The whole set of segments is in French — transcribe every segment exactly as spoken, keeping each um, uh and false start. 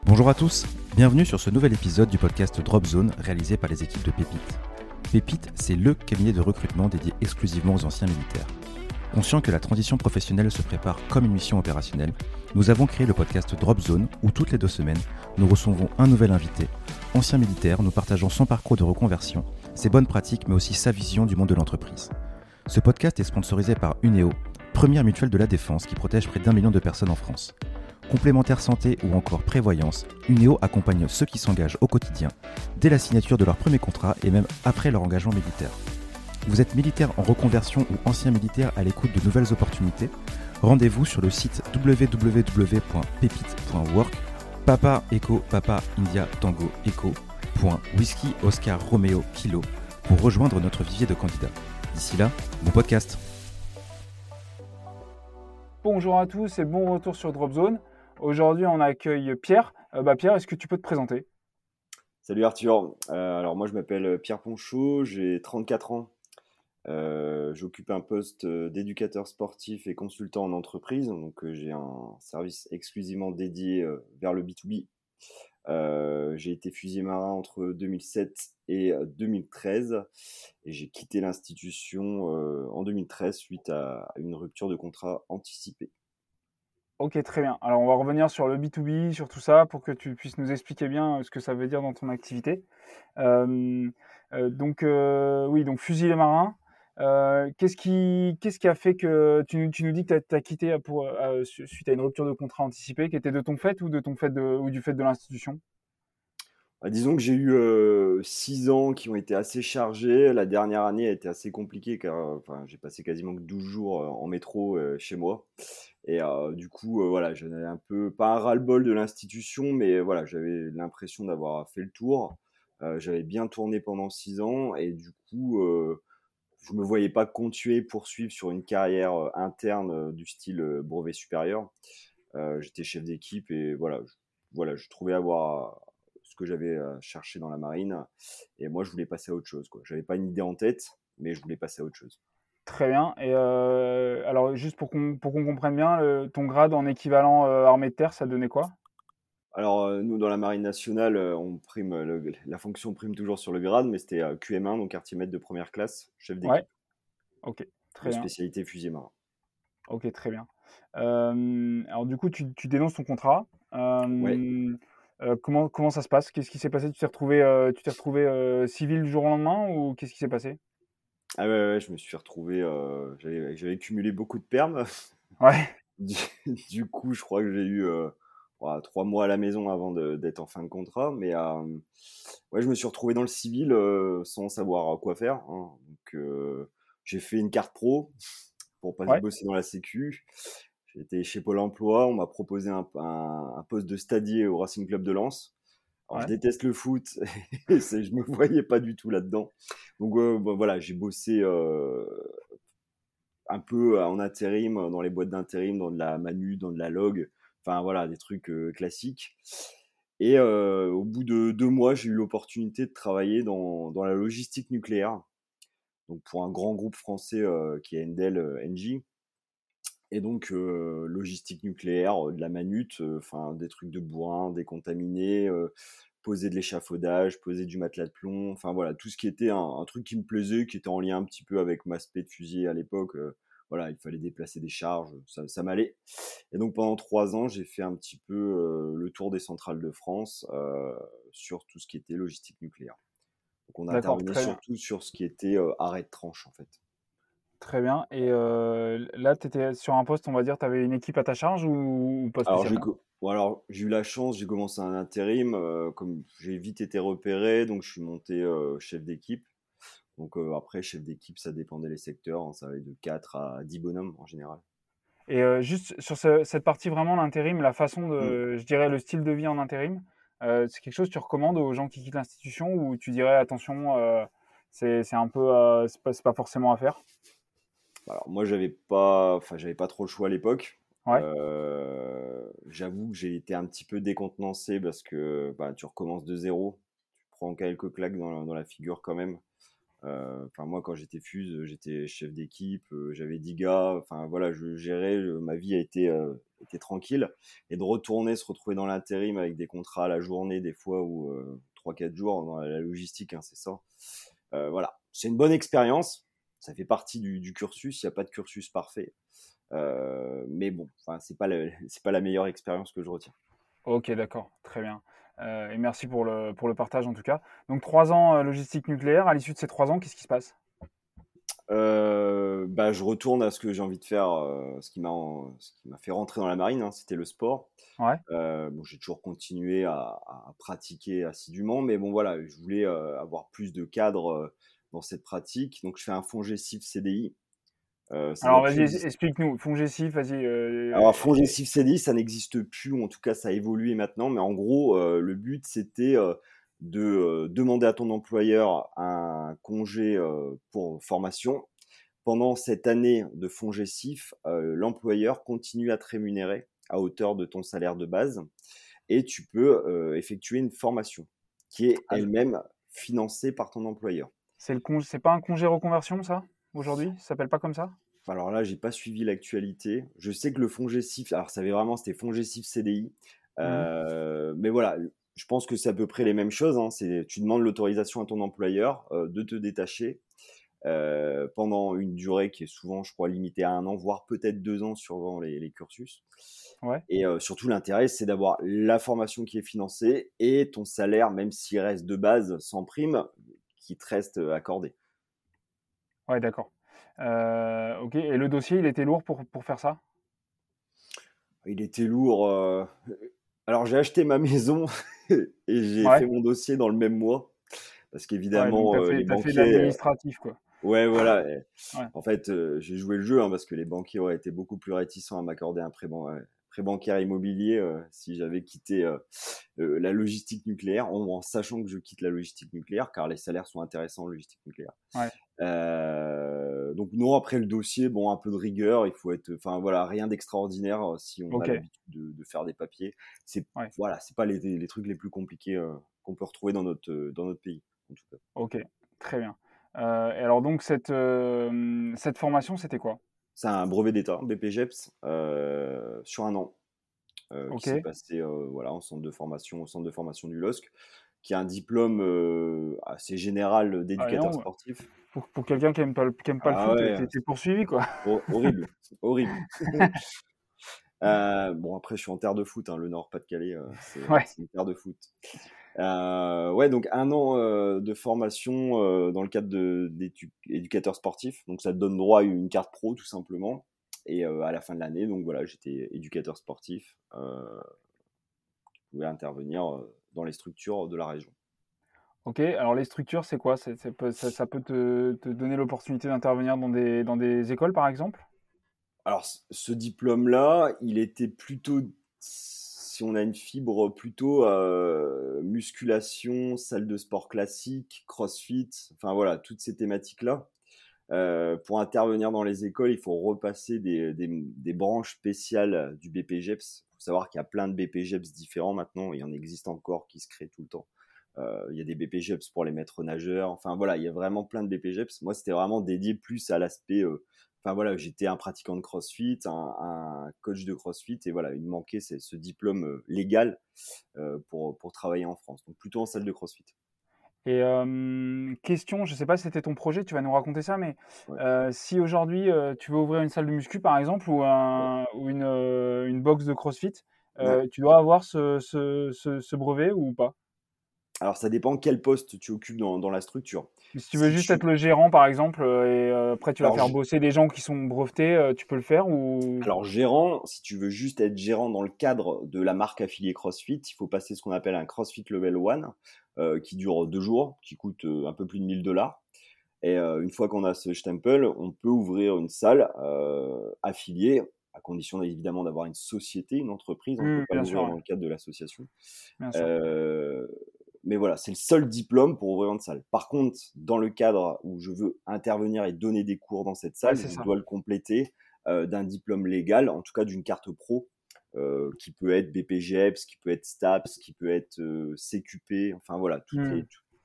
Bonjour à tous, bienvenue sur ce nouvel épisode du podcast Drop Zone réalisé par les équipes de Pépite. Pépite, c'est le cabinet de recrutement dédié exclusivement aux anciens militaires. Conscient que la transition professionnelle se prépare comme une mission opérationnelle, nous avons créé le podcast Drop Zone où toutes les deux semaines, nous recevons un nouvel invité, ancien militaire, nous partageons son parcours de reconversion, ses bonnes pratiques mais aussi sa vision du monde de l'entreprise. Ce podcast est sponsorisé par Uneo, première mutuelle de la défense qui protège près d'un million de personnes en France. Complémentaire santé ou encore prévoyance, Uneo accompagne ceux qui s'engagent au quotidien, dès la signature de leur premier contrat et même après leur engagement militaire. Vous êtes militaire en reconversion ou ancien militaire à l'écoute de nouvelles opportunités? Rendez-vous sur le site w w w point pépite point work, Papa Echo Papa India Tango Echo, point Whisky Oscar Romeo Kilo, pour rejoindre notre vivier de candidats. D'ici là, bon podcast. Bonjour à tous et bon retour sur Drop Zone. Aujourd'hui, on accueille Pierre. Euh, bah Pierre, est-ce que tu peux te présenter? Salut Arthur, euh, alors moi je m'appelle Pierre Ponchot, j'ai trente-quatre ans, euh, j'occupe un poste d'éducateur sportif et consultant en entreprise, donc euh, j'ai un service exclusivement dédié euh, vers le B deux B. Euh, j'ai été fusilier marin entre deux mille sept et deux mille treize et j'ai quitté l'institution euh, en deux mille treize suite à une rupture de contrat anticipée. Ok, très bien. Alors, on va revenir sur le B deux B, sur tout ça, pour que tu puisses nous expliquer bien ce que ça veut dire dans ton activité. Euh, euh, donc, euh, oui, donc fusilier marin. Euh, qu'est-ce qui, qu'est-ce qui a fait que tu, tu nous dis que tu as quitté pour, euh, suite à une rupture de contrat anticipée, qui était de ton fait ou de ton fait de, ou du fait de l'institution? Bah, disons que j'ai eu euh, six ans qui ont été assez chargés. La dernière année a été assez compliquée car euh, enfin, j'ai passé quasiment que douze jours euh, en métro euh, chez moi. Et euh, du coup, euh, voilà, j'en avais un peu, pas un ras-le-bol de l'institution, mais euh, voilà, j'avais l'impression d'avoir fait le tour. Euh, j'avais bien tourné pendant six ans et du coup, euh, je me voyais pas continuer, poursuivre sur une carrière euh, interne euh, du style euh, brevet supérieur. Euh, j'étais chef d'équipe et voilà, je, voilà, je trouvais avoir ce que j'avais euh, cherché dans la marine. Et moi, je voulais passer à autre chose, quoi. J'avais pas une idée en tête, mais je voulais passer à autre chose. Très bien. Et euh, alors, juste pour qu'on pour qu'on comprenne bien, le- ton grade en équivalent euh, armée de terre, ça donnait quoi? Alors, euh, nous, dans la marine nationale, euh, on prime, euh, le- la fonction prime toujours sur le grade, mais c'était euh, Q M un, donc quartier maître de première classe, chef Ouais, d'équipe, ok, très de bien. spécialité fusilier marin. Ok, très bien. Euh, alors du coup, tu, tu dénonces ton contrat. Ouais. Euh, euh, comment, comment ça se passe? Qu'est-ce qui s'est passé? Tu t'es retrouvé, euh, tu t'es retrouvé euh, civil du jour au lendemain ou qu'est-ce qui s'est passé? Ah ouais, ouais, ouais, je me suis retrouvé, euh, j'avais, j'avais cumulé beaucoup de permes. Ouais, Du, du coup, je crois que j'ai eu euh, voilà, trois mois à la maison avant de- d'être en fin de contrat. Mais euh, ouais, je me suis retrouvé dans le civil euh, sans savoir quoi faire, hein. Donc, euh, j'ai fait une carte pro pour pas ouais, bosser dans la sécu. J'ai été chez Pôle emploi. On m'a proposé un, un- un poste de stadier au Racing Club de Lens. Alors, je ouais. déteste le foot et c'est- je me voyais pas du tout là-dedans. Donc, euh, bon, voilà, j'ai bossé euh, un peu en intérim, dans les boîtes d'intérim, dans de la manu, dans de la log, enfin voilà, des trucs euh, classiques. Et euh, au bout de deux mois, j'ai eu l'opportunité de travailler dans, dans la logistique nucléaire, donc pour un grand groupe français euh, qui est Endel euh, N J. Et donc, euh, logistique nucléaire, euh, de la manute, euh, enfin des trucs de bourrin, décontaminés, euh, poser de l'échafaudage, poser du matelas de plomb, enfin voilà, tout ce qui était un, un truc qui me plaisait, qui était en lien un petit peu avec ma spé de fusilier à l'époque. Euh, voilà, il fallait déplacer des charges, ça, ça m'allait. Et donc pendant trois ans, j'ai fait un petit peu euh, le tour des centrales de France euh, sur tout ce qui était logistique nucléaire. Donc on D'accord, intervenait très bien, surtout sur ce qui était euh, arrêt de tranche en fait. très bien. Et euh, là, tu étais sur un poste, on va dire, tu avais une équipe à ta charge ou, ou pas Alors j'ai spécialement? co- bon, alors j'ai eu la chance, j'ai commencé un intérim, euh, comme j'ai vite été repéré, donc je suis monté euh, chef d'équipe. Donc euh, après chef d'équipe, ça dépendait les secteurs, hein, ça allait de quatre à dix bonhommes en général. Et euh, juste sur ce- cette partie vraiment l'intérim, la façon Mm. de, je dirais, le style de vie en intérim, euh, c'est quelque chose que tu recommandes aux gens qui quittent l'institution ou tu dirais attention, euh, c'est c'est un peu, euh, c'est pas, c'est pas forcément à faire. Alors moi j'avais pas, enfin j'avais pas trop le choix à l'époque. Ouais, Euh, j'avoue que j'ai été un petit peu décontenancé parce que bah, tu recommences de zéro, tu prends quelques claques dans la, dans la figure quand même. Euh, Enfin, moi, quand j'étais Fuse, j'étais chef d'équipe, euh, j'avais dix gars. Enfin, voilà, je gérais, je- ma vie a été, euh, était tranquille. Et de retourner, se retrouver dans l'intérim avec des contrats à la journée, des fois, ou euh, trois quatre jours dans la logistique, hein, c'est ça. Euh, voilà, c'est une bonne expérience. Ça fait partie du, du cursus. Il n'y a pas de cursus parfait. Euh, mais bon, enfin, c'est pas le- c'est pas la meilleure expérience que je retiens. Ok, d'accord, très bien. Euh, et merci pour le, pour le partage en tout cas. Donc trois ans euh, logistique nucléaire. À l'issue de ces trois ans, qu'est-ce qui se passe? Euh, bah, je retourne à ce que j'ai envie de faire, euh, ce qui m'a en- ce qui m'a fait rentrer dans la marine, hein, c'était le sport. Ouais. Euh, bon, j'ai toujours continué à, à pratiquer assidûment, mais bon voilà, je voulais euh, avoir plus de cadre euh, dans cette pratique. Donc je fais un FONGECIF C D I. Euh, ça Alors doit plus vas-y, exister. explique-nous. Fongecif, vas-y. Alors euh, FONGECIF C D I, ça n'existe plus, ou en tout cas ça a évolué maintenant, mais en gros, euh, le but c'était euh, de euh, demander à ton employeur un congé euh, pour formation. Pendant cette année de FONGECIF, euh, l'employeur continue à te rémunérer à hauteur de ton salaire de base et tu peux euh, effectuer une formation qui est ah, elle-même financée par ton employeur. c'est le congé, c'est pas un congé reconversion, ça, aujourd'hui? Ça s'appelle pas comme ça? Alors là, j'ai pas suivi l'actualité. Je sais que le FONGECIF, alors ça avait vraiment, c'était FONGECIF C D I. Mhm. Euh, mais voilà, je pense que c'est à peu près les mêmes choses, hein. C'est, tu demandes l'autorisation à ton employeur euh, de te détacher euh, pendant une durée qui est souvent, je crois, limitée à un an, voire peut-être deux ans suivant les, les cursus. Ouais. Et euh, surtout, l'intérêt, c'est d'avoir la formation qui est financée et ton salaire, même s'il reste de base sans prime, qui te reste accordé. Ouais, d'accord. Euh, ok. Et le dossier, il était lourd pour, pour faire ça? Il était lourd. euh, Alors, j'ai acheté ma maison et j'ai fait Ouais. mon dossier dans le même mois. Parce Ouais, donc qu'évidemment, t'as euh, fait, les t'as fait de banquiers, euh, l'administratif, quoi. ouais, voilà. et- Ouais. En fait, euh, j'ai joué le jeu hein, parce que les banquiers auraient été beaucoup plus réticents à m'accorder un prêt, ban- euh, prêt bancaire immobilier euh, si j'avais quitté euh, euh, la logistique nucléaire, en, en sachant que je quitte la logistique nucléaire, car les salaires sont intéressants en logistique nucléaire. Ouais. Euh, donc non, après le dossier, bon, un peu de rigueur, il faut être, enfin voilà, rien d'extraordinaire euh, si on a Ok. l'habitude de, de faire des papiers. C'est Ouais. voilà, c'est pas les, les trucs les plus compliqués euh, qu'on peut retrouver dans notre euh, dans notre pays, en tout cas. Ok. Très bien. Euh, et alors donc cette, euh, cette formation, c'était quoi? C'est un brevet d'État, B P G E P S, euh, sur un an, euh, qui Ok. s'est passé euh, voilà, en centre de formation, au centre de formation du L O S C, qui a un diplôme euh, assez général Ah, et d'éducateur non, sportif. pour, pour quelqu'un qui aime pas, le- qui aime pas le Ah foot, ouais, t'es t'es poursuivi, quoi. hor- horrible, horrible. Euh, bon, après, je suis en terre de foot, hein, le Nord-Pas-de-Calais, euh, c'est Ouais. c'est une terre de foot. Euh, ouais, donc un an euh, de formation euh, dans le cadre de, d'éducateur sportif. Donc ça te donne droit à une carte pro, tout simplement. Et euh, à la fin de l'année, donc voilà, j'étais éducateur sportif. Euh, je pouvais intervenir euh, dans les structures de la région. Ok. Alors les structures, c'est quoi? C'est- c'est peut- ça, ça peut te, te donner l'opportunité d'intervenir dans des, dans des écoles, par exemple? Alors, c- ce diplôme-là, il était plutôt, si on a une fibre plutôt euh, musculation, salle de sport classique, crossfit, enfin voilà, toutes ces thématiques-là. Euh, pour intervenir dans les écoles, il faut repasser des, des, des branches spéciales du B P G E P S. Il faut savoir qu'il y a plein de B P G E P S différents maintenant, il y en existe encore qui se créent tout le temps. Euh, il y a des B P G E P S pour les maîtres nageurs, enfin voilà, il y a vraiment plein de B P G E P S. Moi, c'était vraiment dédié plus à l'aspect, euh, enfin voilà, j'étais un pratiquant de CrossFit, un, un coach de CrossFit, et voilà, il me manquait ce, ce diplôme euh, légal euh, pour, pour travailler en France, donc plutôt en salle de CrossFit. Et euh, question, je sais pas si c'était ton projet, tu vas nous raconter ça, mais Ouais, euh, si aujourd'hui euh, tu veux ouvrir une salle de muscu par exemple ou, ouais, un, ou une, euh, une box de CrossFit, ouais. euh, tu dois avoir ce, ce, ce, ce brevet ou pas? Alors, ça dépend quel poste tu occupes dans, dans la structure. Mais si tu veux Si juste être tu, le gérant par exemple euh, et euh, après tu vas alors, faire bosser des gens qui sont brevetés, euh, tu peux le faire ou... Alors, gérant, si tu veux juste être gérant dans le cadre de la marque affiliée CrossFit, il faut passer ce qu'on appelle un CrossFit Level un, euh, qui dure deux jours, qui coûte euh, un peu plus de mille dollars. Et euh, une fois qu'on a ce stempel, on peut ouvrir une salle euh, affiliée, à condition évidemment d'avoir une société, une entreprise. On ne peut Hmm, pas bien sûr, l'ouvrir ouais, dans le cadre de l'association. bien sûr. Euh, mais voilà, c'est le seul diplôme pour ouvrir une salle. Par contre, dans le cadre où je veux intervenir et donner des cours dans cette Ouais, salle, c'est je ça. dois le compléter euh, d'un diplôme légal, en tout cas d'une carte pro, euh, qui peut être B P G E P S, qui peut être STAPS, qui peut être euh, C Q P, enfin voilà, toutes Hmm. les,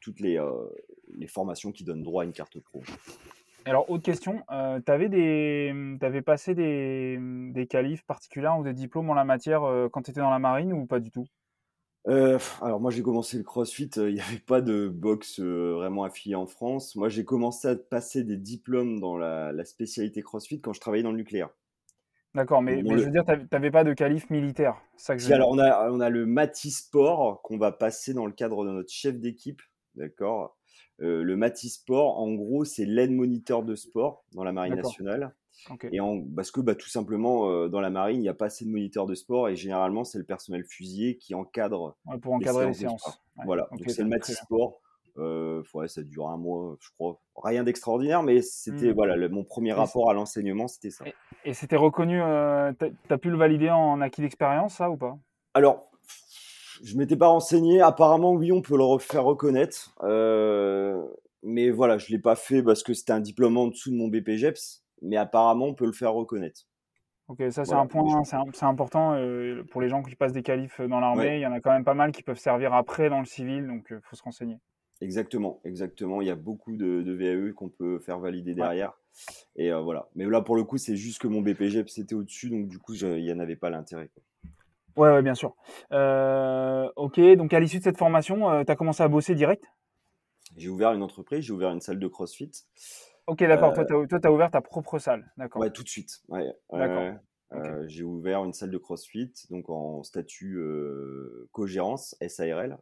toutes les, euh, les formations qui donnent droit à une carte pro. Alors, autre question, euh, tu avais des, t'avais passé des, des qualifs particuliers ou des diplômes en la matière euh, quand tu étais dans la marine ou pas du tout? Euh, alors moi j'ai commencé le CrossFit, euh, il n'y avait pas de boxe euh, vraiment affiliée en France. Moi j'ai commencé à passer des diplômes dans la, la spécialité CrossFit quand je travaillais dans le nucléaire. D'accord, Dans, mais, dans mais je le... veux dire, tu n'avais pas de qualif militaire, c'est ça que je Si veux dire. alors on a, on a le Matisport qu'on va passer dans le cadre de notre chef d'équipe, d'accord. Euh, le Matisport, en gros, c'est l'aide moniteur de sport dans la Marine D'accord, nationale. ok. Et en, parce que bah, tout simplement, euh, dans la marine, il n'y a pas assez de moniteurs de sport et généralement, c'est le personnel fusilier qui encadre Ouais, pour les encadrer les séances de sport. séances. Ouais, Voilà, ok, donc c'est le très, très bien. Matisport. Euh, ouais, ça dure un mois, je crois. Rien d'extraordinaire, mais c'était Hmm. voilà, le- mon premier Et, c- rapport à l'enseignement, c'était ça. et- et c'était reconnu, euh, t'as, t'as pu le valider en acquis d'expérience, ça ou pas? Alors, je m'étais pas renseigné. Apparemment, oui, on peut le refaire reconnaître. Euh, mais voilà, je l'ai pas fait parce que c'était un diplôme en dessous de mon B P G E P S. Mais apparemment, on peut le faire reconnaître. Ok, ça c'est un Voilà. Mais je- point, c'est un- c'est important euh, pour les gens qui passent des qualifs dans Ouais, l'armée. Il y en a quand même pas mal qui peuvent servir après dans le civil, donc il faut se renseigner. exactement, exactement. Il y a beaucoup de, de V A E qu'on peut faire valider Ouais, derrière. Et euh, voilà. Mais là, pour le coup, c'est juste que mon B P G E P S était au-dessus, donc du coup, je- il n'y en avait pas l'intérêt, quoi. ouais, ouais, bien sûr. Euh, ok, donc à l'issue de cette formation, tu as commencé à bosser direct? J'ai ouvert une entreprise, j'ai ouvert une salle de CrossFit. Ok, d'accord. Toi, Euh, tu as, toi, t'as ouvert ta propre salle. D'accord. ouais, tout de suite. Ouais, ouais, D'accord. ouais. Ok. Euh, j'ai ouvert une salle de CrossFit, donc en statut euh, co-gérance, S A R L.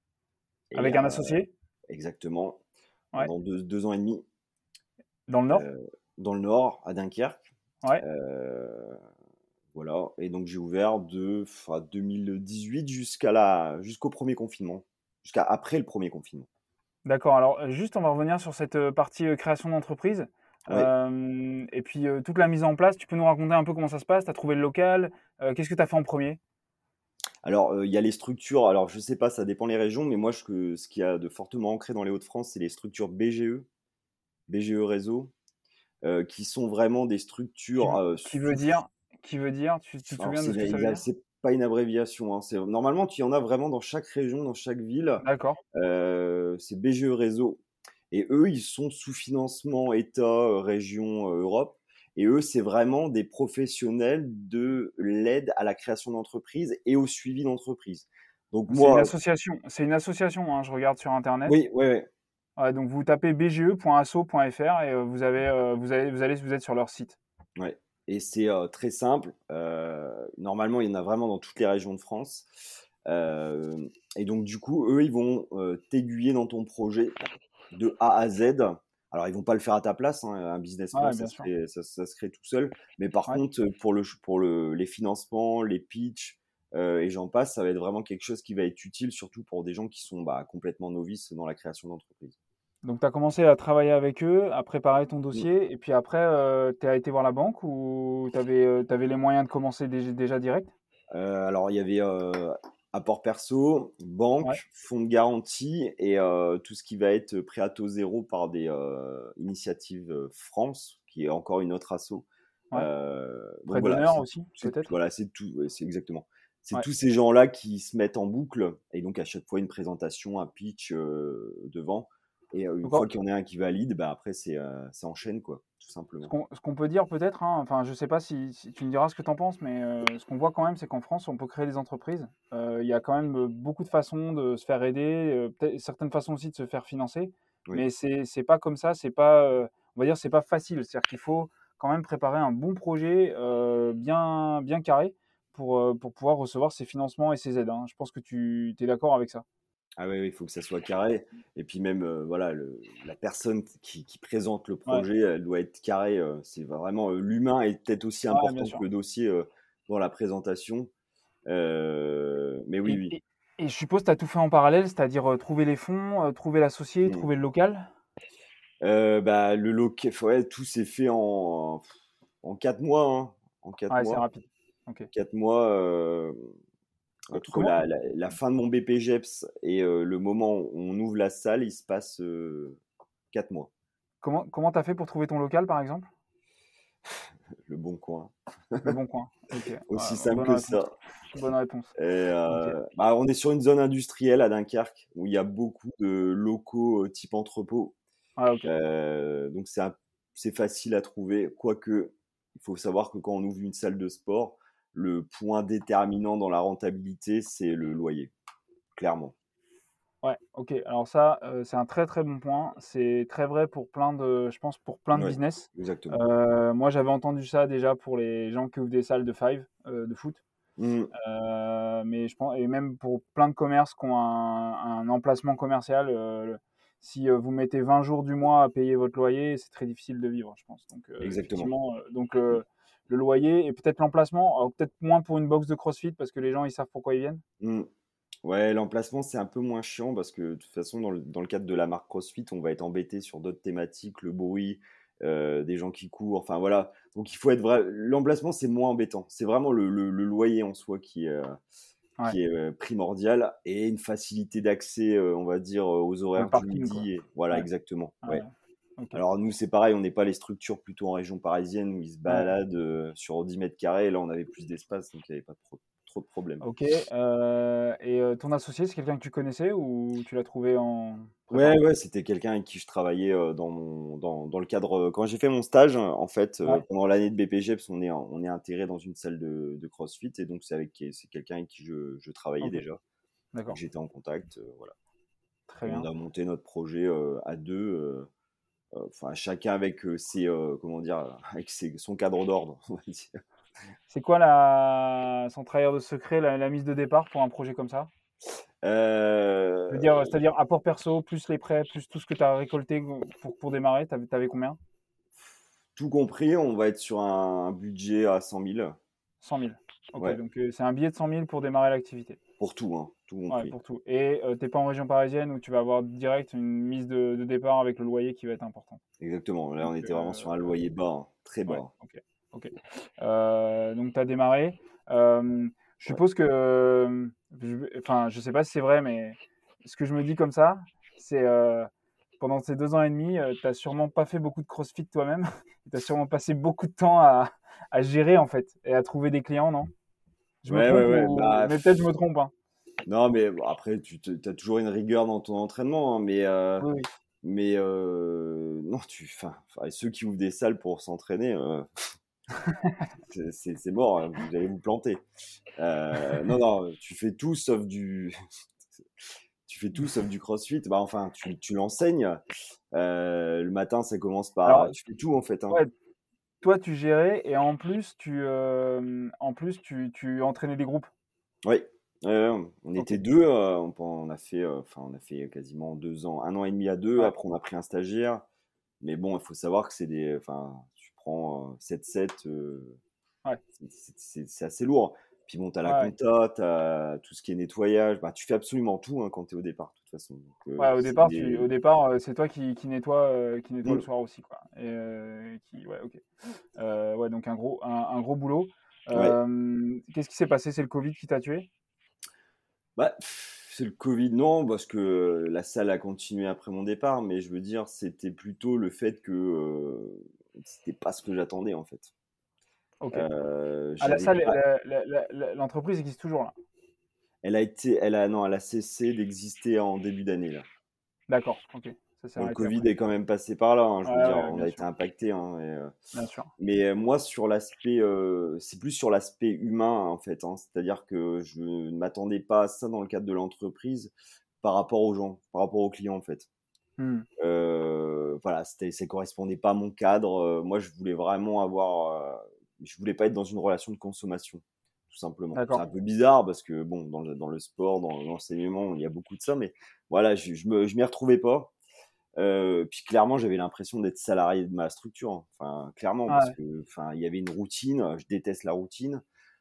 Et Avec un euh, associé? exactement, Ouais. pendant deux, deux ans et demi, Dans le Nord? euh, dans le Nord, à Dunkerque. Ouais. Euh, voilà. Et donc j'ai ouvert de enfin, deux mille dix-huit jusqu'à la, jusqu'au premier confinement, jusqu'à après le premier confinement. D'accord. Alors, euh, juste, on va revenir sur cette euh, partie euh, création d'entreprise. Ouais. Euh, et puis, euh, toute la mise en place. Tu peux nous raconter un peu comment ça se passe? Tu as trouvé le local? Euh, qu'est-ce que tu as fait en premier? Alors, euh, il y a les structures, alors je sais pas, ça dépend les régions, mais moi, je, que, ce qui a de fortement ancré dans les Hauts-de-France, c'est les structures B G E, B G E Réseau, euh, qui sont vraiment des Qui, structures veut- euh, qui veut sous. dire, qui veut dire, tu, tu te Alors, souviens de c'est ce que ça veut dire? c'est pas une abréviation, hein, c'est, normalement, tu y en as vraiment dans chaque région, dans chaque ville. D'accord. Euh, c'est B G E Réseau. Et eux, ils sont sous financement État, euh, région, euh, Europe. Et eux, c'est vraiment des professionnels de l'aide à la création d'entreprise et au suivi d'entreprise. Donc C'est une moi, association. C'est une association, hein, je regarde sur Internet. oui, ouais, ouais. Ouais, donc vous tapez b g e point asso point f r et euh, vous avez, euh, vous allez, vous allez, vous êtes sur leur site. Ouais. Et c'est euh, très simple. Euh, normalement, il y en a vraiment dans toutes les régions de France. Euh, et donc, du coup, eux, ils vont euh, t'aiguiller dans ton projet de A à Z. Alors, ils vont pas le faire à ta place, hein. Un business plan, Ouais, ça bien se sûr. fait, ça, ça se crée tout seul. Mais par Ouais. contre, pour, le, pour le, les financements, les pitchs euh, et j'en passe, ça va être vraiment quelque chose qui va être utile, surtout pour des gens qui sont bah, complètement novices dans la création d'entreprise. Donc tu as commencé à travailler avec eux, à préparer ton Mm. dossier, et puis après, tu as été voir la banque ou tu avais, les moyens de commencer déjà, déjà direct? Euh, alors, il y avait euh, apport perso, Ouais, banque, fonds de garantie et euh, tout ce qui va être prêt à taux zéro par des euh, initiatives euh, France, qui est encore une autre asso. ouais. Euh, donc Prêt voilà, d'honneur c'est aussi, c'est- peut-être? voilà, c'est tout, ouais, c'est exactement. C'est Ouais, tous ces gens-là qui se mettent en boucle et donc à chaque fois une présentation, un pitch euh, devant. Et euh, une donc en- fois qu'il y en a un qui valide, bah après c'est euh, ça enchaîne quoi, tout ce simplement. qu'on ce qu'on peut dire peut-être, hein, enfin je sais pas si, si tu me diras ce que tu en penses, mais euh, ce qu'on voit quand même, c'est qu'en France, on peut créer des entreprises. Euh, Il y a quand même euh, beaucoup de façons de se faire aider, euh, peut-être certaines façons aussi de se faire financer, Oui. mais c'est c'est pas comme ça, c'est pas, euh, on va dire, c'est pas facile. C'est-à-dire qu'il faut quand même préparer un bon projet euh, bien, bien carré pour, euh, pour pouvoir recevoir ces financements et ces aides, hein. Je pense que tu es d'accord avec ça. Ah oui, il faut que ça soit carré. Et puis même, euh, voilà, le- la personne qui, qui présente le Ouais, projet, elle doit être carrée. Euh, c'est vraiment euh, l'humain est peut-être aussi ouais, bien important que sûr. le dossier euh, dans la présentation. Euh, mais oui, Et, oui. et- et je suppose que tu as tout fait en parallèle, c'est-à-dire euh, trouver les fonds, euh, trouver l'associé, Mm. trouver le local. Euh, bah, le local, ouais, tout s'est fait en, en quatre mois, hein. En quatre Ouais, c'est mois. rapide. Ok. Quatre mois euh, Co- entre Comment, la, la- la fin de mon B P G E P S et euh, le moment où on ouvre la salle, il se passe euh, quatre mois. comment, comment t'as fait pour trouver ton local, par exemple? Le bon coin. Le bon coin. Ok. Ouais, Aussi bah, simple bonne que réponse. ça. bonne réponse. Et, OK. euh, bah, on est sur une zone industrielle à Dunkerque où il y a beaucoup de locaux euh, type entrepôt. Ah OK. Euh, donc c'est un- c'est facile à trouver. Quoique, il faut savoir que quand on ouvre une salle de sport, le point déterminant dans la rentabilité, c'est le loyer, clairement. Ouais, OK. Alors ça, heu, c'est un très, très bon point. C'est très vrai pour plein de je pense pour plein de Oui, business. exactement. Heu, moi, j'avais entendu ça déjà pour les gens qui ouvrent des salles de five, heu, de foot. Mm, Heu, mais je pense et même pour plein de commerces qui ont un un emplacement commercial, heu, le si, heu, vous mettez vingt jours du mois à payer votre loyer, c'est très difficile de vivre, je pense. Donc, heu, exactement. effectivement, heu, donc le le loyer et peut-être l'emplacement, alors peut-être moins pour une box de CrossFit parce que les gens, ils savent pourquoi ils viennent? Mm. Ouais, l'emplacement, c'est un peu moins chiant parce que de toute façon, dans le, dans le cadre de la marque CrossFit, on va être embêté sur d'autres thématiques, le bruit, euh, des gens qui courent, enfin voilà. Donc il faut être vrai. L'emplacement, c'est moins embêtant. C'est vraiment le, le- le loyer en soi qui est, euh, Ouais, qui est euh, primordial et une facilité d'accès, euh, on va dire, euh, aux le horaires du parking, quoi. midi. Et, voilà, Ouais, exactement. ouais, Ouais. OK. Alors nous, c'est pareil, on n'est pas les structures plutôt en région parisienne où ils se Ouais. baladent euh, sur dix mètres carrés. Là, on avait plus d'espace, donc il n'y avait pas trop, trop de problèmes. OK, heu et heu, ton associé, c'est quelqu'un que tu connaissais ou tu l'as trouvé en Ouais, prépa? ouais, c'était quelqu'un avec qui je travaillais, heu, dans mon dans dans le cadre, heu, quand j'ai fait mon stage, en fait, heu, Ouais, pendant l'année de B P G, parce qu'on est en on est intégré dans une salle de de CrossFit et donc c'est avec qui c'est quelqu'un avec qui je je travaillais OK, déjà et que d'accord, j'étais en contact, heu, voilà. très Et on bien. a monté notre projet, heu, à deux, heu, heu, enfin chacun avec, heu, ses, heu, comment dire? Avec ses son cadre d'ordre, on va dire. C'est quoi la sans trahir de secret, la la mise de départ pour un projet comme ça? Je veux dire, Heu, c'est-à-dire apport perso, plus les prêts, plus tout ce que tu as récolté pour pour démarrer, tu avais tu avais combien? Tout compris, on va être sur un budget à cent mille. cent mille. OK, Ouais, donc heu, c'est un billet de cent mille pour démarrer l'activité? pour tout, hein, tout Ouais, compris. pour tout et heu, tu es pas en région parisienne où tu vas avoir direct une mise de de départ avec le loyer qui va être important? Exactement, là, Donc on était vraiment sur un heu, loyer bas, hein, très ouais, bas. OK, OK. Heu, donc tu as démarré. Hem, je Ouais. suppose que, hem, je enfin, je sais pas si c'est vrai, mais ce que je me dis comme ça, c'est, heu, pendant ces deux ans et demi, heu, tu as sûrement pas fait beaucoup de crossfit toi-même. Tu as sûrement passé beaucoup de temps à à gérer, en fait et à trouver des clients, non? Je me Ouais, ouais, trompe ouais, ou bah, mais peut-être je me trompe, hein? non, mais bon, après, tu as toujours une rigueur dans ton entraînement, hein, mais, euh, Oui, oui. mais euh, non, tu, enfin, enfin, ceux qui ouvrent des salles pour s'entraîner, euh, c'est c'est- c'est mort, hein, vous allez vous planter. Euh, non, non, tu fais tout sauf du, tu fais tout sauf du CrossFit. Bah, enfin, tu, tu l'enseignes. Euh, le matin, ça commence Alors, par, tu fais tout en fait, hein. ouais, toi, tu gérais et en plus tu, hem, en plus tu tu entraînais des groupes? Oui, ouais, ouais, on était OK, deux, euh, on, on a fait, euh, enfin, on a fait quasiment deux ans, un an et demi à deux. ouais, Après, on a pris un stagiaire. Mais bon, il faut savoir que c'est des, enfin, tu prends euh, sept sept, euh, ouais, c'est c'est- c'est- c'est assez lourd. Puis bon, tu as la ouais, ouais. compta, tu as tout ce qui est nettoyage. Bah, tu fais absolument tout hein, quand tu es au départ, de toute façon. Donc, Ouais, euh, au c'est départ, tu des... au départ, heu, c'est toi qui qui nettoie, heu, qui nettoie le Mm, soir aussi, quoi et heu, qui ouais, OK. Heu, ouais, donc un gros un un gros boulot. ouais. Hem, qu'est-ce qui s'est passé? C'est le covid qui t'a tué? Bah, pff, c'est le Covid, non, parce que euh, la salle a continué après mon départ. Mais je veux dire, c'était plutôt le fait que euh, c'était pas ce que j'attendais, en fait. OK. Euh, Ah, la j'avais salle, pas... la la la la l'entreprise existe toujours, là? Elle a été, elle a, non, elle a cessé d'exister en début d'année, là. D'accord, OK. Ça s'est Bon, le arrêté Covid après. est quand même passé par là, hein, je veux Ouais, dire, ouais, on bien a été sûr, impacté, hein, et, euh, bien sûr. mais euh, moi, sur l'aspect, euh, c'est plus sur l'aspect humain, en fait, hein, c'est-à-dire que je ne m'attendais pas à ça dans le cadre de l'entreprise par rapport aux gens, par rapport aux clients, en fait. Mmh. Euh, voilà, c'était, ça correspondait pas à mon cadre. Euh, moi, je voulais vraiment avoir, euh, je voulais pas être dans une relation de consommation, tout simplement. C'est D'accord. un peu bizarre parce que bon, dans le, dans le sport, dans l'enseignement, il y a beaucoup de ça, mais voilà, je, je me, je m'y retrouvais pas. Euh, puis clairement, j'avais l'impression d'être salarié de ma structure, hein. Enfin, clairement, Ah parce ouais. que, enfin, il y avait une routine. Je déteste la routine.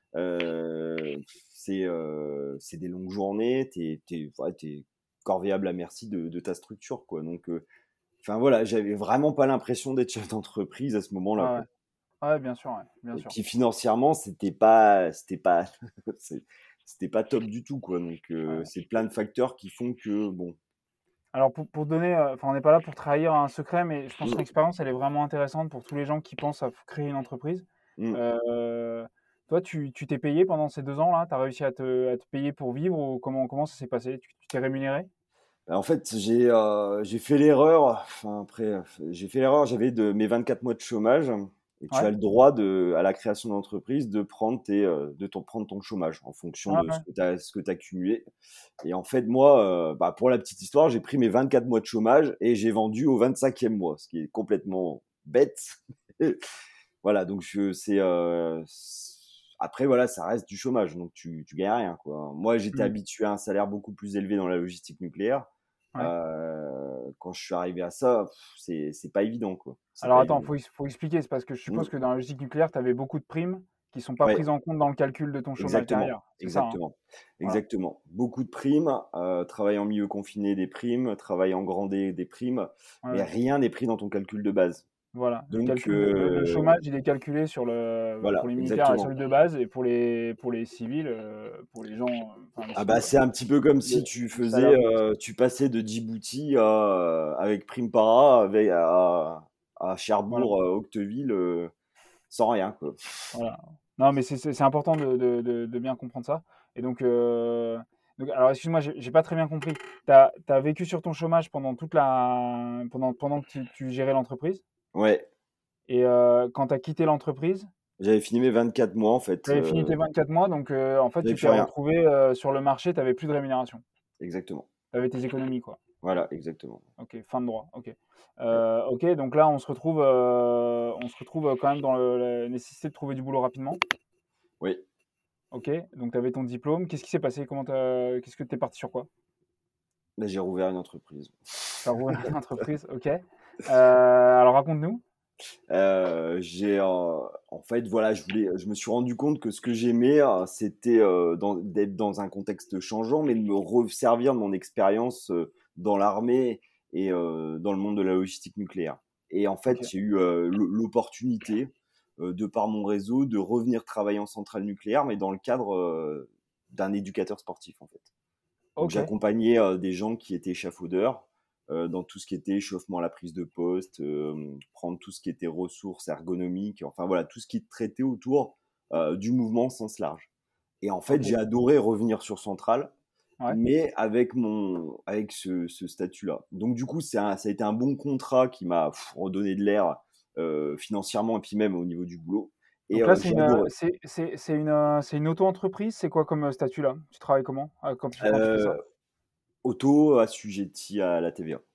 Euh, c'est, euh, c'est des longues journées. T'es, t'es, ouais, t'es corvéable à merci de, de ta structure, quoi. Donc, euh, enfin voilà, j'avais vraiment pas l'impression d'être chef d'entreprise à ce moment-là, Ouais, quoi. ouais. Ouais, bien sûr, ouais, bien Et sûr. puis financièrement, c'était pas, c'était pas, c'est- c'était pas top du tout, quoi. Donc, euh, Ouais. c'est plein de facteurs qui font que, bon. Alors pour pour donner, heu, enfin on n'est pas là pour trahir un secret, mais je pense que Mm, l'expérience elle est vraiment intéressante pour tous les gens qui pensent à f créer une entreprise. mm, Heu, Toi, tu tu t'es payé pendant ces deux ans-là? Tu as réussi à te à te payer pour vivre ou comment comment ça s'est passé? Tu tu t'es rémunéré? Bah, en fait, j'ai, heu, j'ai fait l'erreur, enfin après, heu, j'ai fait l'erreur, j'avais de mes vingt-quatre mois de chômage et tu Ouais? as le droit de à la création d'entreprise de prendre tes, heu, de ton prendre ton chômage en fonction Ouais, de ouais. ce que tu as ce que tu as cumulé et en fait, moi, heu, bah, pour la petite histoire, j'ai pris mes vingt-quatre mois de chômage et j'ai vendu au vingt-cinquième mois, ce qui est complètement bête. Voilà, donc je c'est, heu, c après voilà, ça reste du chômage, donc tu tu gagnes rien, quoi. Moi, j'étais Mmh. habitué à un salaire beaucoup plus élevé dans la logistique nucléaire. Ouais. Heu, quand je suis arrivé à ça, pff, c'est c'est pas évident, quoi. C'est Alors pas attends, évident. faut ex faut expliquer. C'est parce que je suppose Mmh. que dans la logistique nucléaire, tu avais beaucoup de primes qui sont pas Ouais, prises en compte dans le calcul de ton chômage exactement, derrière. C'est ça, hein? exactement, Voilà. exactement. Beaucoup de primes, heu, travail en milieu confiné, des primes, travail en grandé, des primes, Ouais, mais ouais. rien n'est pris dans ton calcul de base. Voilà. Le Donc calcul de le le heu, chômage, il est calculé sur le bah, pour voilà, les militaires, la exactement. solde de base et pour les pour les civils, heu, pour les gens, heu, enfin les Ah civils, bah, ouais, c'est un petit peu comme le si tu le salaire faisais, de base. heu, tu passais de Djibouti à, avec prime para avec à à Voilà, Cherbourg, heu, Octeville, heu, sans rien, quoi. voilà. Non, mais c'est c'est c'est important de de de de bien comprendre ça et donc heu, donc alors excuse-moi, j'ai j'ai pas très bien compris. Tu as tu as vécu sur ton chômage pendant toute la pendant pendant que tu tu gérais l'entreprise Ouais, et heu, quand tu as quitté l'entreprise, j'avais fini mes vingt-quatre mois en tu fait, avais fini heu, tes vingt-quatre mois donc heu, en fait, j'avais tu plus t'es rien. retrouvé, heu, sur le marché, tu avais plus de rémunération. Exactement. Tu avais tes économies, quoi. Voilà, exactement. OK, fin de droit, OK. Ouais. Heu, OK, donc là, on se retrouve, heu, on se retrouve, heu, quand même dans le la nécessité de trouver du boulot rapidement. Oui, OK, donc tu avais ton diplôme. Qu'est-ce qui s'est passé? Comment tu qu'est-ce que tu es parti sur quoi? bah, j'ai rouvert une entreprise. Tu as rouvert une entreprise, OK. Heu, alors raconte-nous. Heu, j'ai, heu, en fait, voilà, je voulais je me suis rendu compte que ce que j'aimais, heu, c'était, heu, dans d'être dans un contexte changeant, mais de me resservir de mon expérience, heu, dans l'armée et heu, dans le monde de la logistique nucléaire et en fait, OK, j'ai eu, heu, l'o l'opportunité, heu, de par mon réseau, de revenir travailler en centrale nucléaire, mais dans le cadre, heu, d'un éducateur sportif, en fait. Donc OK, j'accompagnais, heu, des gens qui étaient échafaudeurs, heu, dans tout ce qui était échauffement à la prise de poste, hem, prendre tout ce qui était ressources ergonomiques, enfin voilà, tout ce qui traitait autour, heu, du mouvement au sens large. Et en fait, OK, j'ai adoré revenir sur centrale, ouais. mais avec mon avec ce ce statut-là. Donc du coup, c'est un ça a été un bon contrat qui m'a pff, redonné de l'air, heu, financièrement et puis même au niveau du boulot et Donc là, heu, c'est j'ai une, heu, adoré. c'est c'est c'est une, heu, c'est une auto-entreprise? C'est quoi comme, heu, statut là? Tu travailles comment, heu, quand tu quand tu fais ça? Heu, Auto-assujetti à la T V A.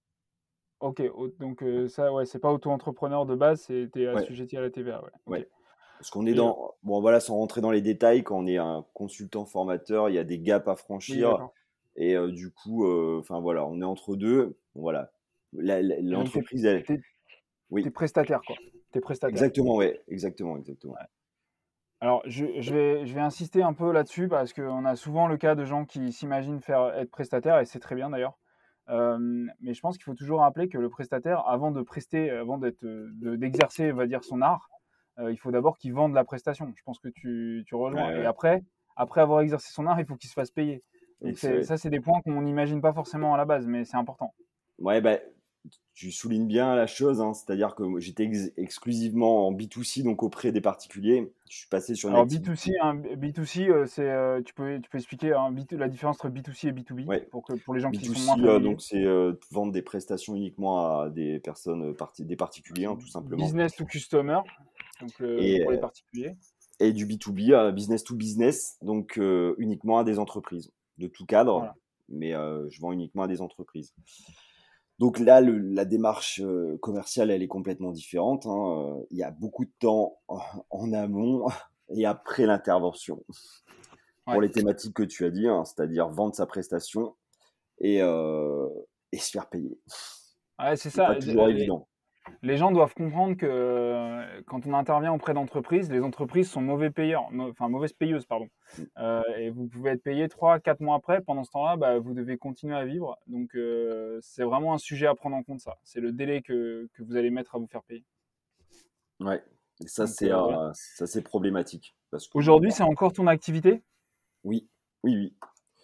OK, au donc heu, ça, ouais, c'est pas auto-entrepreneur de base, c'est tu es Ouais, assujetti à la T V A, ouais, OK ouais. Parce qu'on est et heu dans bon voilà, sans rentrer dans les détails, quand on est un consultant formateur, il y a des gaps à oui, franchir d'accord et heu, du coup, heu, enfin voilà, on est entre deux. Bon voilà. La la et donc tu es l'entreprise elle tu es tu es oui, prestataire, quoi? Tu es prestataire? exactement, ouais, exactement, exactement. Ouais. Alors je je vais je vais insister un peu là-dessus parce qu'on a souvent le cas de gens qui s'imaginent faire être prestataire et c'est très bien d'ailleurs. Hem, mais je pense qu'il faut toujours rappeler que le prestataire, avant de prester, avant d'être, heu, de d'exercer, on va dire, son art, heu, il faut d'abord qu'il vende la prestation. Je pense que tu tu Ouais, rejoins et ouais, après après avoir exercé son art, il faut qu'il se fasse payer. Donc ex c'est ouais. ça, c'est des points qu'on n'imagine pas forcément à la base, mais c'est important. Ouais, bah, tu soulignes bien la chose, hein, c'est-à-dire que moi j'étais ex exclusivement en B deux C, donc auprès des particuliers. Je suis passé sur une Alors B deux C, activité hein, B deux C, heu, c'est, heu, tu peux tu peux expliquer, hein, B deux la différence entre B deux C et B deux B ouais. pour que pour les gens qui sont moins B deux C, heu, familiers? donc c'est, heu, vendre des prestations uniquement à des personnes, heu, parti des particuliers, hein, tout simplement Business to customer, donc heu, et pour les particuliers. et du B deux B, heu, business to business, donc heu, uniquement à des entreprises de tout cadre, Voilà. mais heu, je vends uniquement à des entreprises. Donc là, le la démarche, heu, commerciale, elle est complètement différente, hein, heu, il y a beaucoup de temps en en amont et après l'intervention pour Ouais. les thématiques que tu as dit, hein, c'est-à-dire vendre sa prestation et heu et se faire payer. Ouais, c'est C'est pas ça. Et toujours les évident. les gens doivent comprendre que, heu, quand on intervient auprès d'entreprises, les entreprises sont mauvais payeurs, mau enfin mauvaises payeuses, pardon. Mmh, Heu et vous pouvez être payé trois, quatre mois après. Pendant ce temps-là, bah, vous devez continuer à vivre. Donc heu, c'est vraiment un sujet à prendre en compte ça. C'est le délai que que vous allez mettre à vous faire payer. ouais et ça Donc c'est, heu, voilà. heu, ça c'est problématique parce que bon, Aujourd'hui, bah c'est encore ton activité? oui, oui, oui.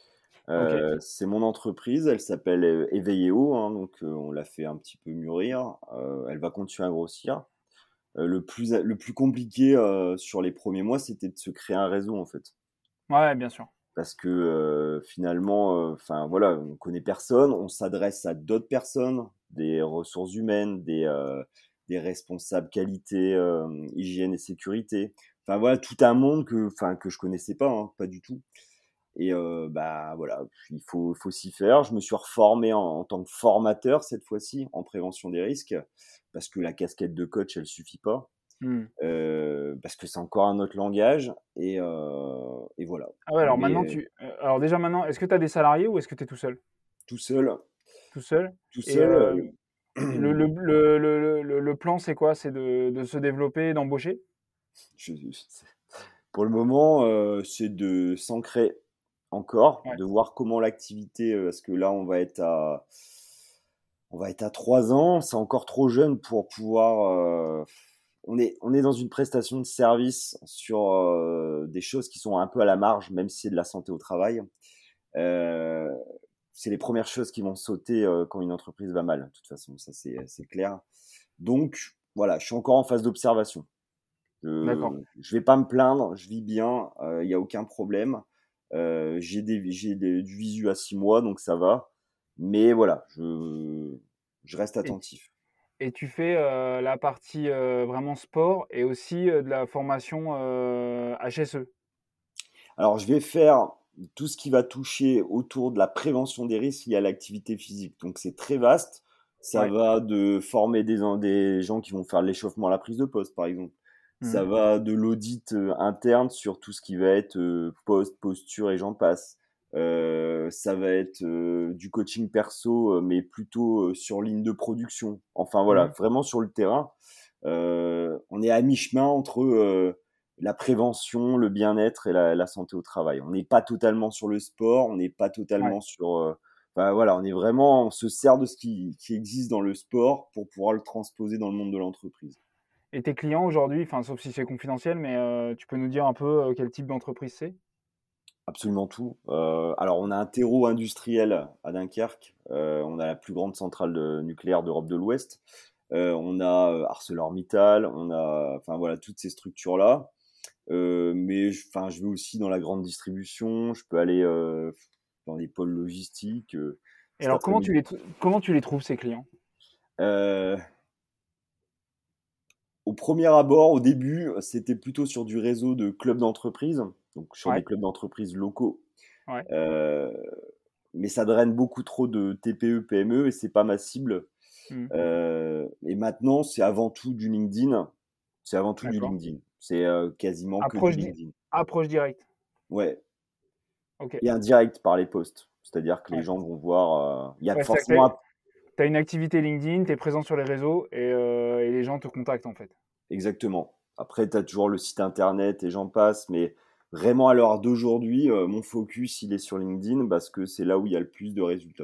OK. Heu, c'est mon entreprise, elle s'appelle, heu, Éveillé Haut, hein, donc heu, on l'a fait un petit peu mûrir, heu, elle va continuer à grossir. euh, le plus le plus compliqué euh, sur les premiers mois, c'était de se créer un réseau en fait. Ouais, bien sûr. Parce que euh, finalement, enfin voilà, on connaît personne, on s'adresse à d'autres personnes, des ressources humaines, des euh, des responsables qualité, euh, hygiène et sécurité. Enfin voilà, tout un monde que enfin que je connaissais pas, hein, pas du tout. Et euh, bah voilà, il faut faut s'y faire. Je me suis reformé en, en tant que formateur cette fois-ci en prévention des risques parce que la casquette de coach elle suffit pas. Hmm. Euh, parce que c'est encore un autre langage et, euh, et voilà. Ah ouais, alors Mais maintenant, euh, tu. euh, alors déjà, maintenant, est-ce que tu as des salariés ou est-ce que tu es tout seul? tout seul, Tout seul? tout Et seul. euh, euh, le, le, le, le, le, le plan, c'est quoi? C'est de, de se développer, d'embaucher? je- je- pour le moment, euh, c'est de s'ancrer encore, Ouais. de voir comment l'activité, euh, parce que là, on va être à, on va être à trois ans, c'est encore trop jeune pour pouvoir. euh, on est, on est dans une prestation de service sur euh, des choses qui sont un peu à la marge, même si c'est de la santé au travail. Euh, c'est les premières choses qui vont sauter euh, quand une entreprise va mal. De toute façon, ça c'est, c'est clair. Donc voilà, je suis encore en phase d'observation. D'accord. Je je vais pas me plaindre, je vis bien, il n'y a aucun problème. Euh, j'ai des, j'ai des, du visu à six mois, donc ça va. Mais voilà, je, je reste Et, attentif. et tu fais euh, la partie euh, vraiment sport et aussi euh, de la formation euh, H S E. Alors, je vais faire tout ce qui va toucher autour de la prévention des risques liés à l'activité physique. Donc, c'est très vaste. Ça Ouais. va de former des, des gens qui vont faire de l'échauffement à la prise de poste, par exemple. Ça Mhm. va de l'audit euh, interne sur tout ce qui va être euh, poste, posture et j'en passe. Euh, ça va être euh, du coaching perso, euh, mais plutôt euh, sur ligne de production. Enfin voilà, Mhm. vraiment sur le terrain. Euh, on est à mi-chemin entre euh, la prévention, le bien-être et la, la santé au travail. On n'est pas totalement sur le sport, on n'est pas Ouais. totalement sur. Euh, enfin, voilà, on est vraiment, on se sert de ce qui, qui existe dans le sport pour pouvoir le transposer dans le monde de l'entreprise. Et tes clients aujourd'hui, enfin, sauf si c'est confidentiel, mais euh, tu peux nous dire un peu euh, quel type d'entreprise c'est? Absolument tout. Euh, alors, on a un terreau industriel à Dunkerque. Euh, on a la plus grande centrale de- nucléaire d'Europe de l'Ouest. Euh, on a euh, ArcelorMittal. On a, enfin voilà, toutes ces structures-là. Euh, mais enfin, je vais aussi dans la grande distribution. Je peux aller euh, dans les pôles logistiques. Euh, Et cet alors, comment tu après-midi. les, tr- comment tu les trouves, ces clients? Euh, Au premier abord, au début, c'était plutôt sur du réseau de clubs d'entreprise, donc sur des Ouais. clubs d'entreprise locaux. Ouais. Euh, mais ça draine beaucoup trop de T P E, P M E et c'est pas ma cible. Mhm. Euh, et maintenant, c'est avant tout du LinkedIn. C'est avant tout du D'accord. LinkedIn. C'est euh, quasiment que du Approche, di- LinkedIn. approche directe. Ouais. Ok. Et un direct par les posts. C'est-à-dire que les Ouais. gens vont voir. euh, Il y a Ouais, forcément c'est-à-dire un. tu as une activité LinkedIn, tu es présent sur les réseaux et, euh, et les gens te contactent en fait. Exactement. Après, tu as toujours le site internet et j'en passe, mais vraiment à l'heure d'aujourd'hui, euh, mon focus, il est sur LinkedIn parce que c'est là où il y a le plus de résultats.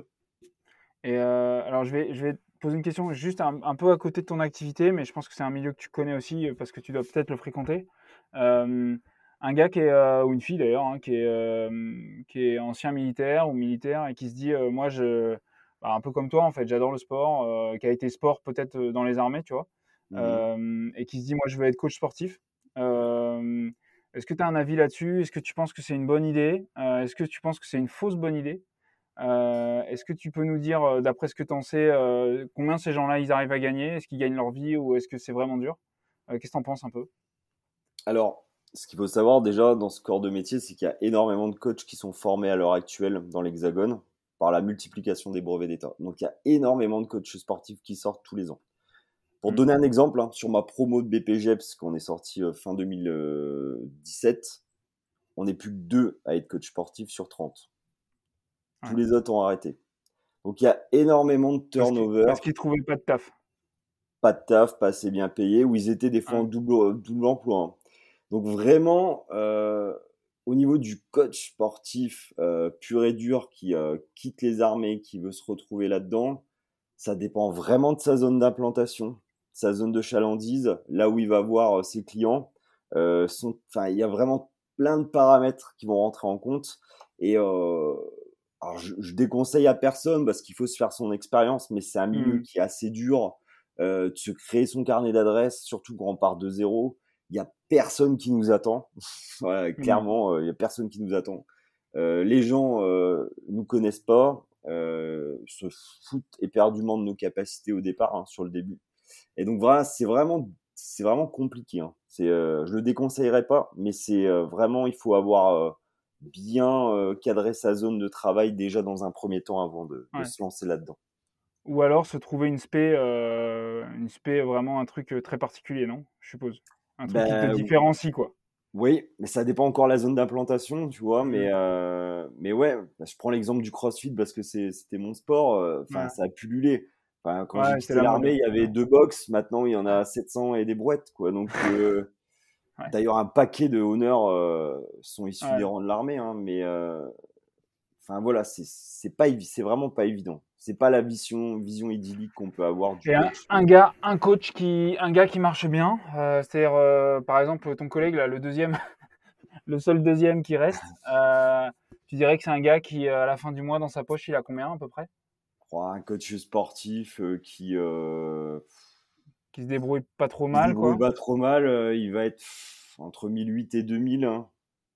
Et euh, alors, je vais, je vais te poser une question juste un, un peu à côté de ton activité, mais je pense que c'est un milieu que tu connais aussi euh, parce que tu dois peut-être le fréquenter. Euh, un gars qui est, euh, ou une fille d'ailleurs, hein, qui est, euh, qui est ancien militaire ou militaire et qui se dit, euh, moi, je, bah, un peu comme toi en fait, j'adore le sport, euh, qui a été sport peut-être euh, dans les armées, tu vois, Mhm. euh, et qui se dit, moi, je veux être coach sportif. Euh, est-ce que tu as un avis là-dessus? Est-ce que tu penses que c'est une bonne idée? Euh, est-ce que tu penses que c'est une fausse bonne idée? Euh, est-ce que tu peux nous dire, euh, d'après ce que tu en sais, euh, combien ces gens-là ils arrivent à gagner? Est-ce qu'ils gagnent leur vie ou est-ce que c'est vraiment dur? Euh, qu'est-ce que tu en penses un peu? Alors, ce qu'il faut savoir déjà dans ce corps de métier, c'est qu'il y a énormément de coachs qui sont formés à l'heure actuelle dans l'Hexagone par la multiplication des brevets d'État. Donc, il y a énormément de coachs sportifs qui sortent tous les ans. Pour Mm. donner un exemple, hein, sur ma promo de B P G E P S, qu'on est sorti euh, fin deux mille dix-sept, on n'est plus que deux à être coach sportif sur trente. Tous Ouais. les autres ont arrêté. Donc il y a énormément de Parce que, turnover, parce qu'ils trouvaient pas de taf. pas de taf, pas assez bien payé, où ils étaient des fois en Ouais. double, double emploi, hein. Donc vraiment, euh, au niveau du coach sportif euh, pur et dur qui euh, quitte les armées, qui veut se retrouver là-dedans, ça dépend vraiment de sa zone d'implantation, sa zone de chalandise, là où il va voir euh, ses clients. Euh, sont, enfin, il y a vraiment plein de paramètres qui vont rentrer en compte. Et euh, alors je, je déconseille à personne parce qu'il faut se faire son expérience, mais c'est un milieu Mm. qui est assez dur euh, de se créer son carnet d'adresses, surtout quand on part de zéro. Il y a personne qui nous attend. Voilà, clairement, il euh, y a personne qui nous attend. Euh, les gens euh, nous connaissent pas, euh, se foutent éperdument de nos capacités au départ, hein, sur le début. Et donc voilà, c'est vraiment, c'est vraiment compliqué. Hein. C'est, euh, je le déconseillerais pas, mais c'est euh, vraiment, il faut avoir euh, bien euh, cadré sa zone de travail déjà dans un premier temps avant de, de Ouais. se lancer là-dedans. Ou alors se trouver une spé, euh, une spé vraiment un truc très particulier, non? Je suppose. Un truc qui te Ben, différencie, quoi. oui, mais ça dépend encore de la zone d'implantation, tu vois. Mmh. Mais, euh, mais ouais, je prends l'exemple du CrossFit parce que c'est, c'était mon sport. Enfin, Ouais. ça a pullulé. Enfin, quand Ouais, j'ai c'est quitté la l'armée, mode. il y avait deux box. Maintenant, il y en a sept cents et des brouettes, quoi. Donc, euh, Ouais. d'ailleurs, un paquet de honneurs euh, sont issus Ouais. des rangs de l'armée, hein, mais euh, enfin voilà, c'est, c'est pas, évi- c'est vraiment pas évident. C'est pas la vision, vision idyllique qu'on peut avoir du Et un, coach. un gars, un coach qui, un gars qui marche bien, euh, c'est-à-dire, euh, par exemple, ton collègue là, le deuxième, le seul deuxième qui reste, euh, tu dirais que c'est un gars qui, euh, à la fin du mois, dans sa poche, il a combien à peu près? Je crois un coach sportif euh, qui euh, Qui se débrouille pas trop Il se mal, débrouille quoi. pas trop mal, euh, il va être pff, entre mille huit et deux mille. Hein.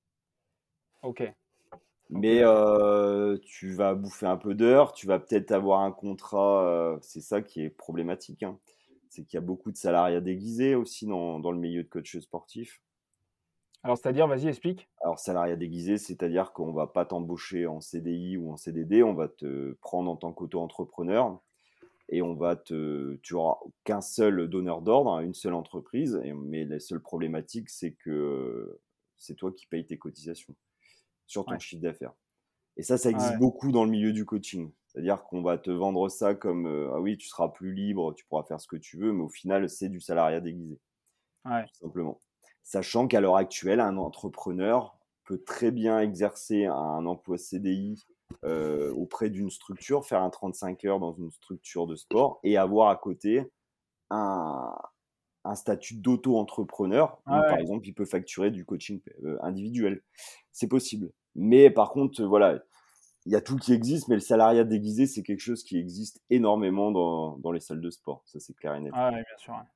Ok. Mais Ok, ok. euh, tu vas bouffer un peu d'heures, tu vas peut-être avoir un contrat, euh, c'est ça qui est problématique. Hein. C'est qu'il y a beaucoup de salariats déguisés aussi dans, dans le milieu de coach sportif. Alors, c'est-à-dire, vas-y, explique. Alors, salariat déguisé, c'est-à-dire qu'on va pas t'embaucher en C D I ou en C D D, on va te prendre en tant qu'auto-entrepreneur et on va te, tu auras qu'un seul donneur d'ordre, hein, une seule entreprise. Et, mais la seule problématique, c'est que c'est toi qui payes tes cotisations sur ton Ouais. chiffre d'affaires. Et ça, ça existe Ouais. beaucoup dans le milieu du coaching. C'est-à-dire qu'on va te vendre ça comme euh, ah oui, tu seras plus libre, tu pourras faire ce que tu veux, mais au final, c'est du salariat déguisé, Ouais. tout simplement. Sachant qu'à l'heure actuelle, un entrepreneur peut très bien exercer un emploi C D I euh, auprès d'une structure, faire un trente-cinq heures dans une structure de sport et avoir à côté un, un statut d'auto-entrepreneur où, Ouais. par exemple, il peut facturer du coaching euh, individuel. C'est possible. Mais par contre, voilà, il y a tout qui existe, mais le salariat déguisé, c'est quelque chose qui existe énormément dans, dans les salles de sport. Ça, c'est clair et net. Ouais, bien sûr. Ouais.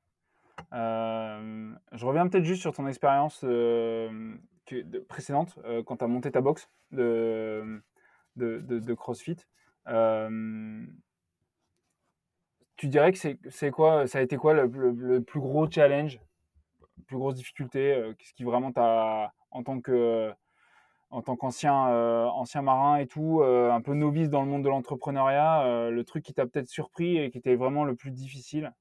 Euh, je reviens peut-être juste sur ton expérience euh, que- de- précédente euh, quand tu as monté ta box de, de, de- de CrossFit. Euh, tu dirais que c'est c'est quoi, ça a été quoi le, le- le plus gros challenge, la plus grosse difficulté euh, Qu'est-ce qui vraiment t'a, en tant que, en tant qu'ancien euh, ancien marin et tout, euh, un peu novice dans le monde de l'entrepreneuriat, euh, le truc qui t'a peut-être surpris et qui était vraiment le plus difficile?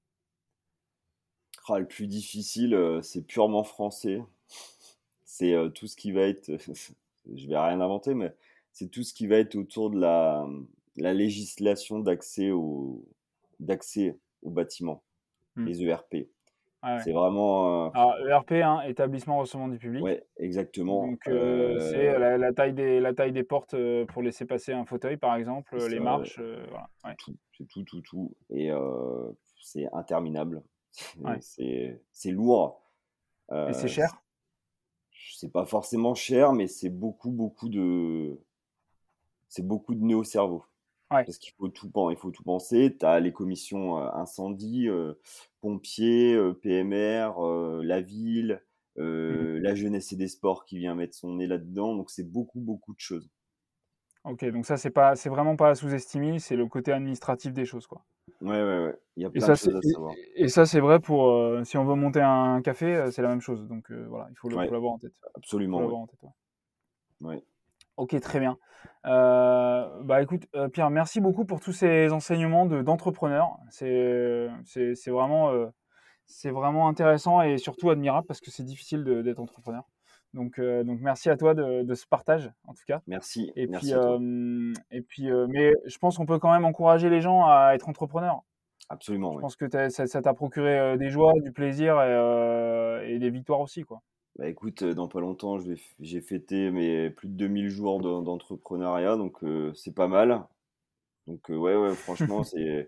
Ah, le plus difficile, euh, c'est purement français. C'est euh, tout ce qui va être, je vais rien inventer, mais c'est tout ce qui va être autour de la, la législation d'accès au, d'accès au bâtiment, Hmm. les E R P. Ouais, ouais. C'est vraiment, euh, Alors, E R P, hein, établissement recevant du public. ouais, exactement. Donc, euh, c'est Euh, la, la taille des, la taille des portes euh, pour laisser passer un fauteuil, par exemple, c'est euh, les ça, marches. euh, voilà. Ouais, tout, c'est tout, tout, tout. Et euh, c'est interminable. ouais. C'est, c'est lourd. Et c'est Euh, cher? c'est pas forcément cher, mais c'est beaucoup, beaucoup de, c'est beaucoup de nœuds au cerveau. Ouais. Parce qu'il faut tout, pen- il faut tout penser. Tu as les commissions euh, incendie, euh, pompiers, euh, P M R, euh, la ville, Mhm. euh, la jeunesse et des sports qui vient mettre son nez là-dedans. Donc c'est beaucoup, beaucoup de choses. Ok, donc ça, c'est pas, c'est vraiment pas à sous-estimer, c'est le côté administratif des choses, quoi. Ouais, ouais, ouais. Il y a Et plein de ça, c'est, choses à savoir. et, et ça, c'est vrai pour, euh, si on veut monter un café, euh, c'est la même chose. Donc, euh, voilà, il faut le, faut Ouais, l'avoir en tête. Faut absolument, ouais. l'avoir en tête, ouais. Ouais. Ok, très bien. Euh, bah écoute, euh, Pierre, merci beaucoup pour tous ces enseignements de, d'entrepreneur. C'est, c'est, c'est vraiment, euh, c'est vraiment intéressant et surtout admirable parce que c'est difficile de- d'être entrepreneur. Donc, euh, donc merci à toi de, de ce partage, en tout cas. Merci, Et puis, merci à toi. euh, et puis euh, mais je pense qu'on peut quand même encourager les gens à être entrepreneurs. Absolument, Je oui. pense que t'as- ça, ça t'a procuré euh, des joies, du plaisir et, euh, et des victoires aussi, quoi. Bah écoute, euh, dans pas longtemps, je vais, f- j'ai fêté mes plus de deux mille jours de- d'entrepreneuriat, donc euh, c'est pas mal. Donc euh, ouais, ouais, franchement, c'est,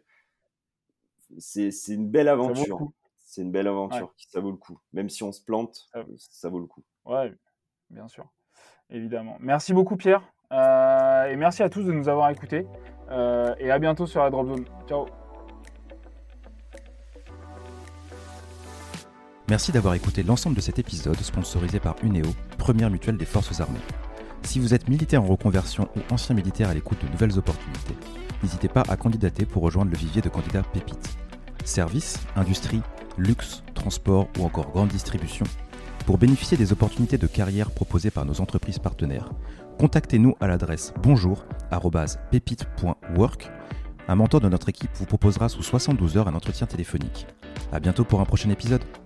c'est, c'est une belle Ça vaut le aventure. coup. C'est une belle Ouais, aventure qui ça vaut le coup. Même si on se plante, ça- euh, ça vaut le coup. ouais, bien sûr. Évidemment. Merci beaucoup, Pierre. Euh, et merci à tous de nous avoir écoutés. Euh, et à bientôt sur la Drop Zone. Ciao. Merci d'avoir écouté l'ensemble de cet épisode sponsorisé par Uneo, première mutuelle des forces armées. Si vous êtes militaire en reconversion ou ancien militaire à l'écoute de nouvelles opportunités, n'hésitez pas à candidater pour rejoindre le vivier de candidats Pépites. Services, industrie, luxe, transport ou encore grande distribution. Pour bénéficier des opportunités de carrière proposées par nos entreprises partenaires, contactez-nous à l'adresse bonjour arobase pépite point work. Un mentor de notre équipe vous proposera sous soixante-douze heures un entretien téléphonique. À bientôt pour un prochain épisode.